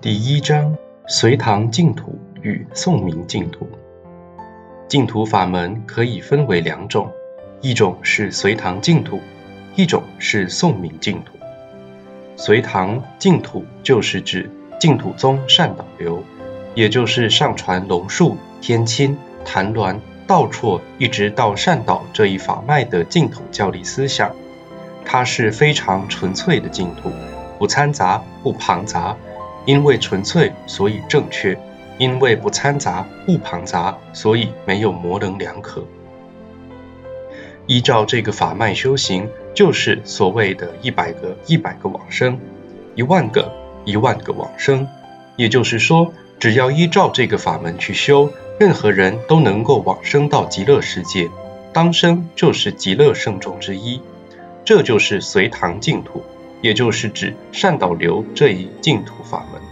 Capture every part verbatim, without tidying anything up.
第一章：隋唐净土与宋明净土。净土法门可以分为两种，一种是隋唐净土，一种是宋明净土。隋唐净土就是指净土宗善导流，也就是上传龙树、天亲、谭鸾、道绰一直到善导这一法脉的净土教理思想。它是非常纯粹的净土，不掺杂，不庞杂。因为纯粹，所以正确；因为不掺杂、不庞杂，所以没有模棱两可。依照这个法脉修行，就是所谓的一百个一百个往生，一万个一万个往生。也就是说，只要依照这个法门去修，任何人都能够往生到极乐世界，当生就是极乐圣众之一。这就是隋唐净土，也就是指善导流这一净土法门。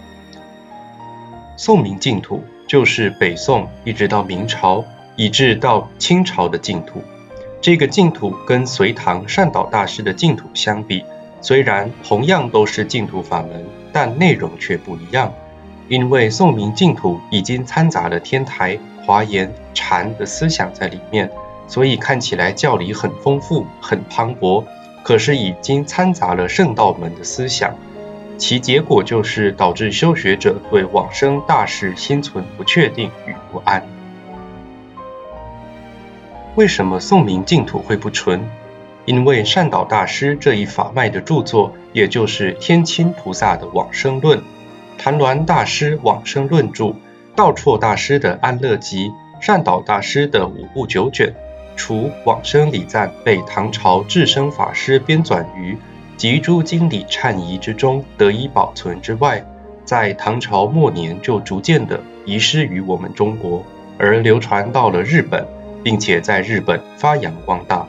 宋明净土就是北宋一直到明朝，以至到清朝的净土。这个净土跟隋唐善导大师的净土相比，虽然同样都是净土法门，但内容却不一样。因为宋明净土已经掺杂了天台、华严、禅的思想在里面，所以看起来教理很丰富、很磅礴，可是已经掺杂了圣道门的思想，其结果就是导致修学者对往生大事心存不确定与不安。为什么宋明净土会不纯？因为善导大师这一法脉的著作，也就是天亲菩萨的往生论，谭鸾大师往生论著，道绰大师的安乐集，善导大师的五部九卷，除往生礼赞被唐朝智生法师编纂于集诸经理忏仪之中得以保存之外，在唐朝末年就逐渐的遗失于我们中国，而流传到了日本，并且在日本发扬光大。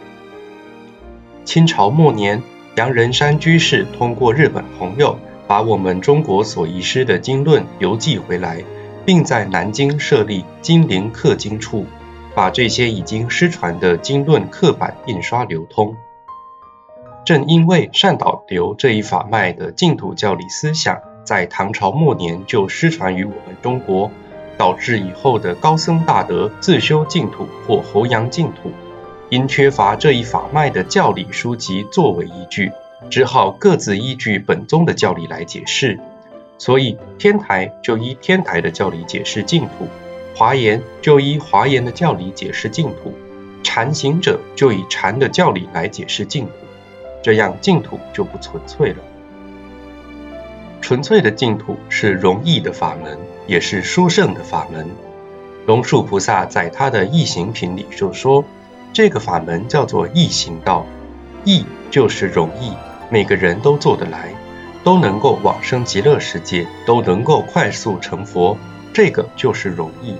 清朝末年，杨仁山居士通过日本朋友，把我们中国所遗失的经论邮寄回来，并在南京设立金陵刻经处，把这些已经失传的经论刻版印刷流通。正因为善导流这一法脉的净土教理思想在唐朝末年就失传于我们中国，导致以后的高僧大德自修净土或弘扬净土，因缺乏这一法脉的教理书籍作为依据，只好各自依据本宗的教理来解释。所以天台就依天台的教理解释净土，华严就依华严的教理解释净土，禅行者就以禅的教理来解释净土，这样净土就不纯粹了。纯粹的净土是容易的法门，也是殊胜的法门。龙树菩萨在他的易行品里就说，这个法门叫做易行道，易就是容易，每个人都做得来，都能够往生极乐世界，都能够快速成佛，这个就是容易。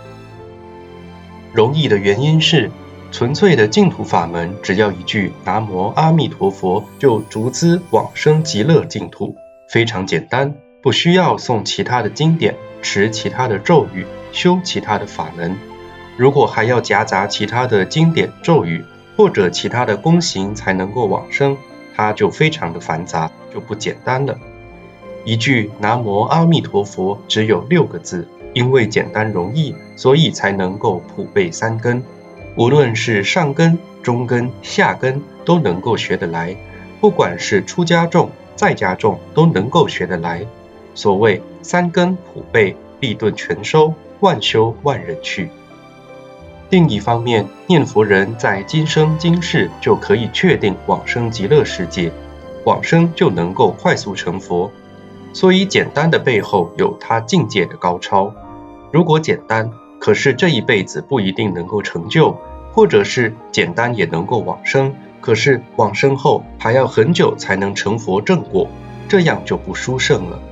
容易的原因是，纯粹的净土法门，只要一句南无阿弥陀佛，就逐资往生极乐净土，非常简单，不需要诵其他的经典，持其他的咒语，修其他的法门。如果还要夹杂其他的经典咒语，或者其他的功行才能够往生，它就非常的繁杂，就不简单了。一句南无阿弥陀佛只有六个字，因为简单容易，所以才能够普被三根，无论是上根、中根、下根都能够学得来，不管是出家众、在家众都能够学得来。所谓三根普被，利钝全收，万修万人去。另一方面，念佛人在今生今世就可以确定往生极乐世界，往生就能够快速成佛。所以简单的背后有它境界的高超。如果简单，可是这一辈子不一定能够成就，或者是简单也能够往生，可是往生后还要很久才能成佛正果，这样就不殊胜了。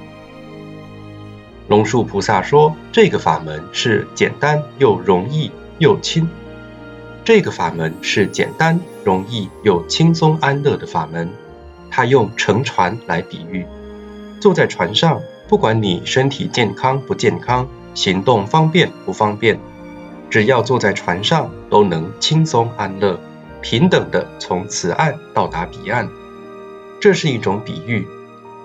龙树菩萨说，这个法门是简单又容易又轻，这个法门是简单、容易又轻松安乐的法门。他用乘船来比喻，坐在船上，不管你身体健康不健康，行动方便不方便，只要坐在船上，都能轻松安乐，平等的从此岸到达彼岸。这是一种比喻。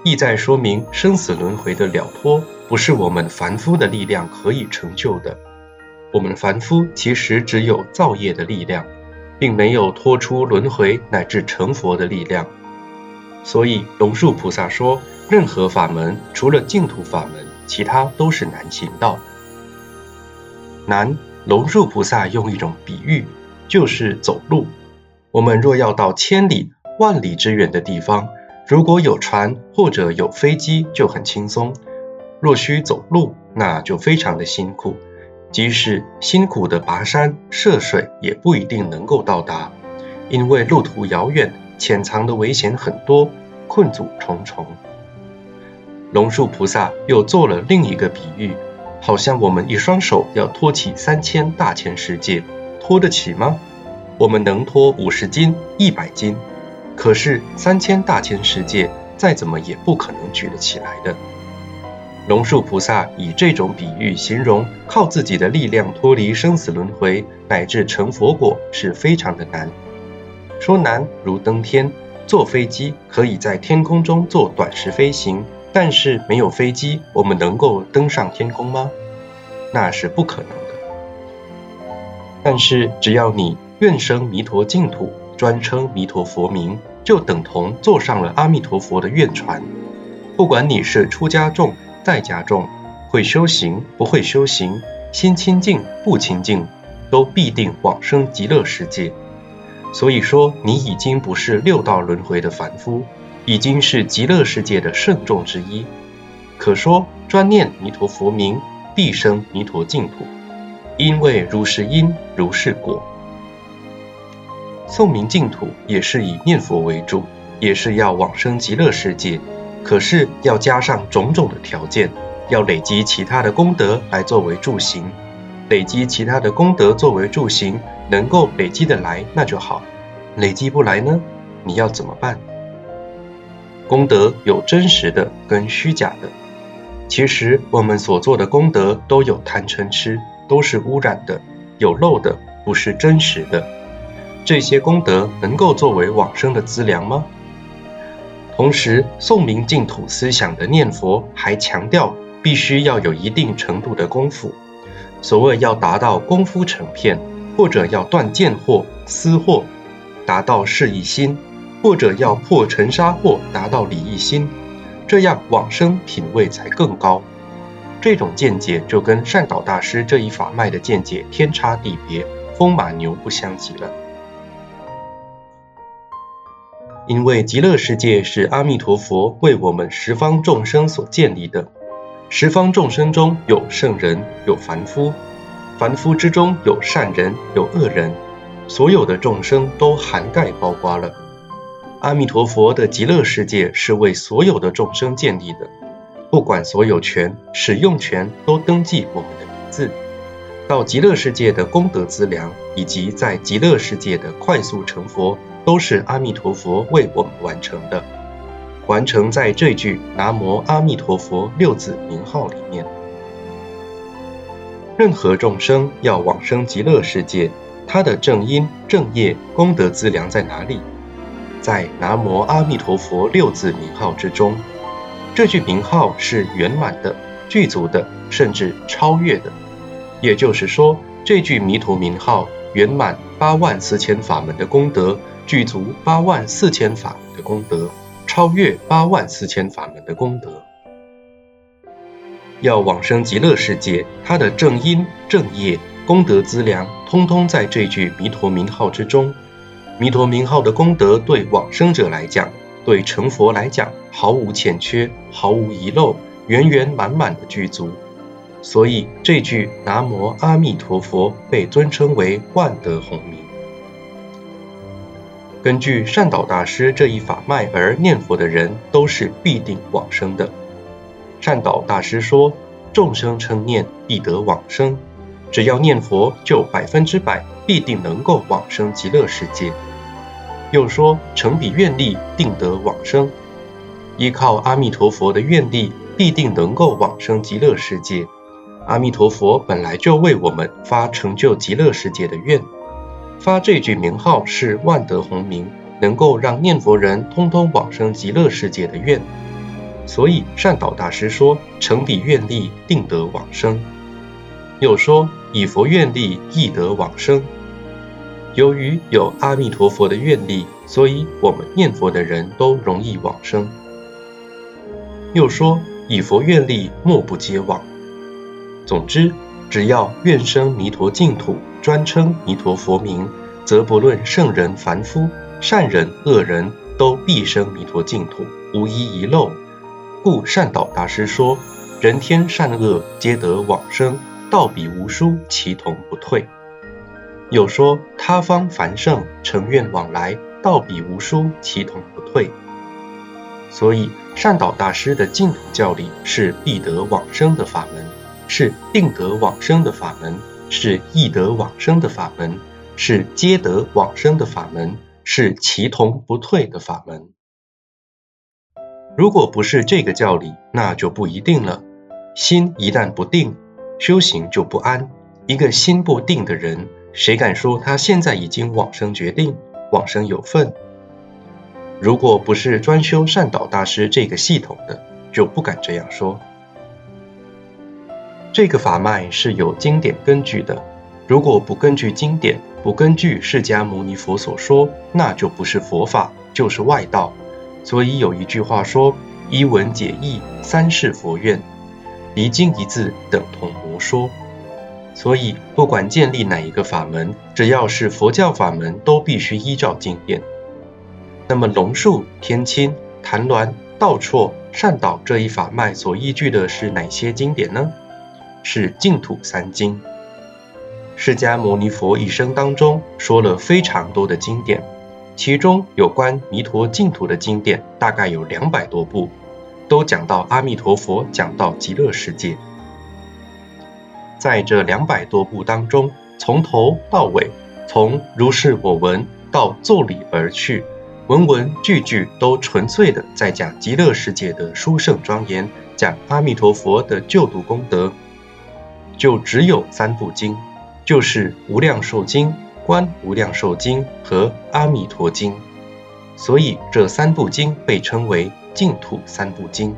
意在说明生死轮回的了脱不是我们凡夫的力量可以成就的。我们凡夫其实只有造业的力量，并没有脱出轮回乃至成佛的力量。所以龙树菩萨说，任何法门除了净土法门，其他都是难行道。难，龙树菩萨用一种比喻，就是走路。我们若要到千里万里之远的地方，如果有船或者有飞机就很轻松，若需走路，那就非常的辛苦，即使辛苦的跋山涉水也不一定能够到达，因为路途遥远，潜藏的危险很多，困阻重重。龙树菩萨又做了另一个比喻，好像我们一双手要托起三千大千世界，托得起吗？我们能托五十斤、一百斤，可是三千大千世界再怎么也不可能举得起来的。龙树菩萨以这种比喻形容靠自己的力量脱离生死轮回乃至成佛果是非常的难。说难如登天，坐飞机可以在天空中做短时飞行，但是没有飞机，我们能够登上天空吗？那是不可能的。但是只要你愿生弥陀净土，专称弥陀佛名，就等同坐上了阿弥陀佛的愿船。不管你是出家众、在家众，会修行不会修行，心清净不清净，都必定往生极乐世界。所以说，你已经不是六道轮回的凡夫，已经是极乐世界的圣众之一。可说专念弥陀佛名，必生弥陀净土，因为如是因，如是果。诵名净土也是以念佛为主，也是要往生极乐世界，可是要加上种种的条件，要累积其他的功德来作为助行。累积其他的功德作为助行，能够累积得来那就好，累积不来呢，你要怎么办？功德有真实的跟虚假的，其实我们所做的功德都有贪嗔痴，都是污染的，有漏的，不是真实的。这些功德能够作为往生的资粮吗？同时，诵名净土思想的念佛还强调必须要有一定程度的功夫。所谓要达到功夫成片，或者要断见惑、思惑，达到事意心，或者要破尘沙惑，达到理意心，这样往生品位才更高。这种见解就跟善导大师这一法脉的见解天差地别，风马牛不相及了。因为极乐世界是阿弥陀佛为我们十方众生所建立的，十方众生中有圣人，有凡夫，凡夫之中有善人，有恶人，所有的众生都涵盖包括了。阿弥陀佛的极乐世界是为所有的众生建立的，不管所有权、使用权都登记我们的名字。到极乐世界的功德资粮，以及在极乐世界的快速成佛，都是阿弥陀佛为我们完成的，完成在这句南无阿弥陀佛六字名号里面。任何众生要往生极乐世界，他的正因、正业、功德资粮在哪里？在南无阿弥陀佛六字名号之中。这句名号是圆满的、具足的，甚至超越的。也就是说，这句弥陀名号圆满八万四千法门的功德，具足八万四千法门的功德，超越八万四千法门的功德。要往生极乐世界，它的正因、正业、功德资粮，通通在这句弥陀名号之中。弥陀名号的功德对往生者来讲，对成佛来讲，毫无欠缺，毫无遗漏，圆圆满满的具足。所以这句南无阿弥陀佛被尊称为万德洪名。根据善导大师这一法脉而念佛的人，都是必定往生的。善导大师说，众生称念必得往生，只要念佛就百分之百必定能够往生极乐世界。又说成彼愿力定得往生，依靠阿弥陀佛的愿力必定能够往生极乐世界。阿弥陀佛本来就为我们发成就极乐世界的愿，发这句名号是万德洪名，能够让念佛人通通往生极乐世界的愿。 所以善导大师说成彼愿力定得往生，又说以佛愿力亦得往生。由于有阿弥陀佛的愿力，所以我们念佛的人都容易往生。又说以佛愿力莫不皆往。总之，只要愿生弥陀净土，专称弥陀佛名，则不论圣人凡夫，善人恶人，都必生弥陀净土，无一遗漏。故善导大师说，人天善恶皆得往生，道比无殊，其同不退。又说他方凡圣成愿往来，道比无殊，其同不退。所以善导大师的净土教理是必得往生的法门，是定得往生的法门，是易得往生的法门，是皆得往生的法门，是其同不退的法门。如果不是这个教理，那就不一定了。心一旦不定，修行就不安。一个心不定的人，谁敢说他现在已经往生决定，往生有份？如果不是专修善导大师这个系统的，就不敢这样说。这个法脉是有经典根据的，如果不根据经典，不根据释迦牟尼佛所说，那就不是佛法，就是外道。所以有一句话说，一文解义，三世佛愿，离经一字等同魔说。所以不管建立哪一个法门，只要是佛教法门，都必须依照经典。那么龙树、天亲、谭鸾、道绰、善导这一法脉所依据的是哪些经典呢？是净土三经。释迦牟尼佛一生当中说了非常多的经典，其中有关弥陀净土的经典大概有两百多部，都讲到阿弥陀佛，讲到极乐世界。在这两百多部当中，从头到尾，从如是我闻到奏理而去，文文句句都纯粹的在讲极乐世界的殊胜庄严，讲阿弥陀佛的救度功德，就只有三部经，就是无量寿经、观无量寿经和阿弥陀经。所以这三部经被称为净土三部经。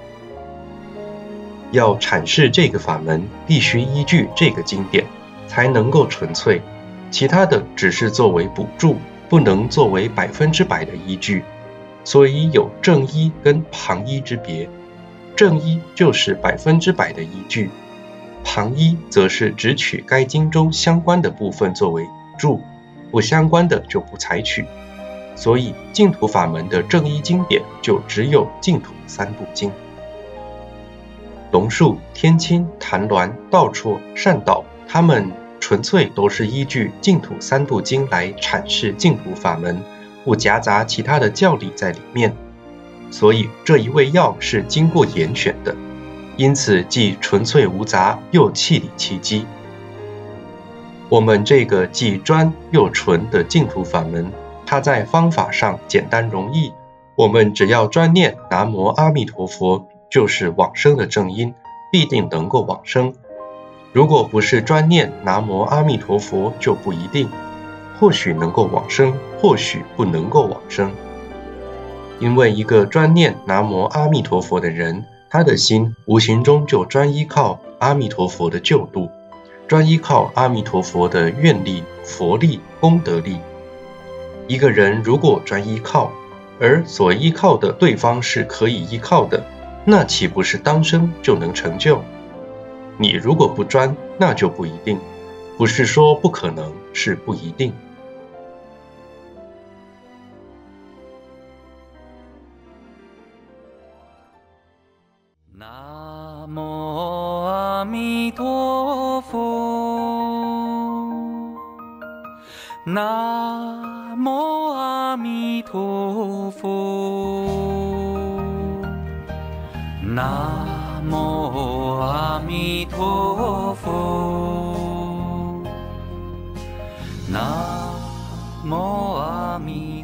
要阐释这个法门，必须依据这个经典，才能够纯粹，其他的只是作为补助，不能作为百分之百的依据。所以有正依跟旁依之别，正依就是百分之百的依据，旁依则是只取该经中相关的部分作为补助，不相关的就不采取。所以净土法门的正依经典就只有净土三部经。龙树、天亲、谭鸾、道绰、善导，他们纯粹都是依据净土三部经来阐释净土法门，不夹杂其他的教理在里面。所以这一味药是经过严选的，因此既纯粹无杂，又气理气机。我们这个既专又纯的净土法门，它在方法上简单容易，我们只要专念南无阿弥陀佛，就是往生的正因，必定能够往生。如果不是专念南无阿弥陀佛，就不一定，或许能够往生，或许不能够往生。因为一个专念南无阿弥陀佛的人，他的心无形中就专依靠阿弥陀佛的救度，专依靠阿弥陀佛的愿力、佛力、功德力。一个人如果专依靠，而所依靠的对方是可以依靠的，那岂不是当生就能成就？你如果不专，那就不一定，不是说不可能，是不一定。 南无阿弥陀佛，南无阿弥陀佛，南无阿弥陀佛，南无阿弥陀佛。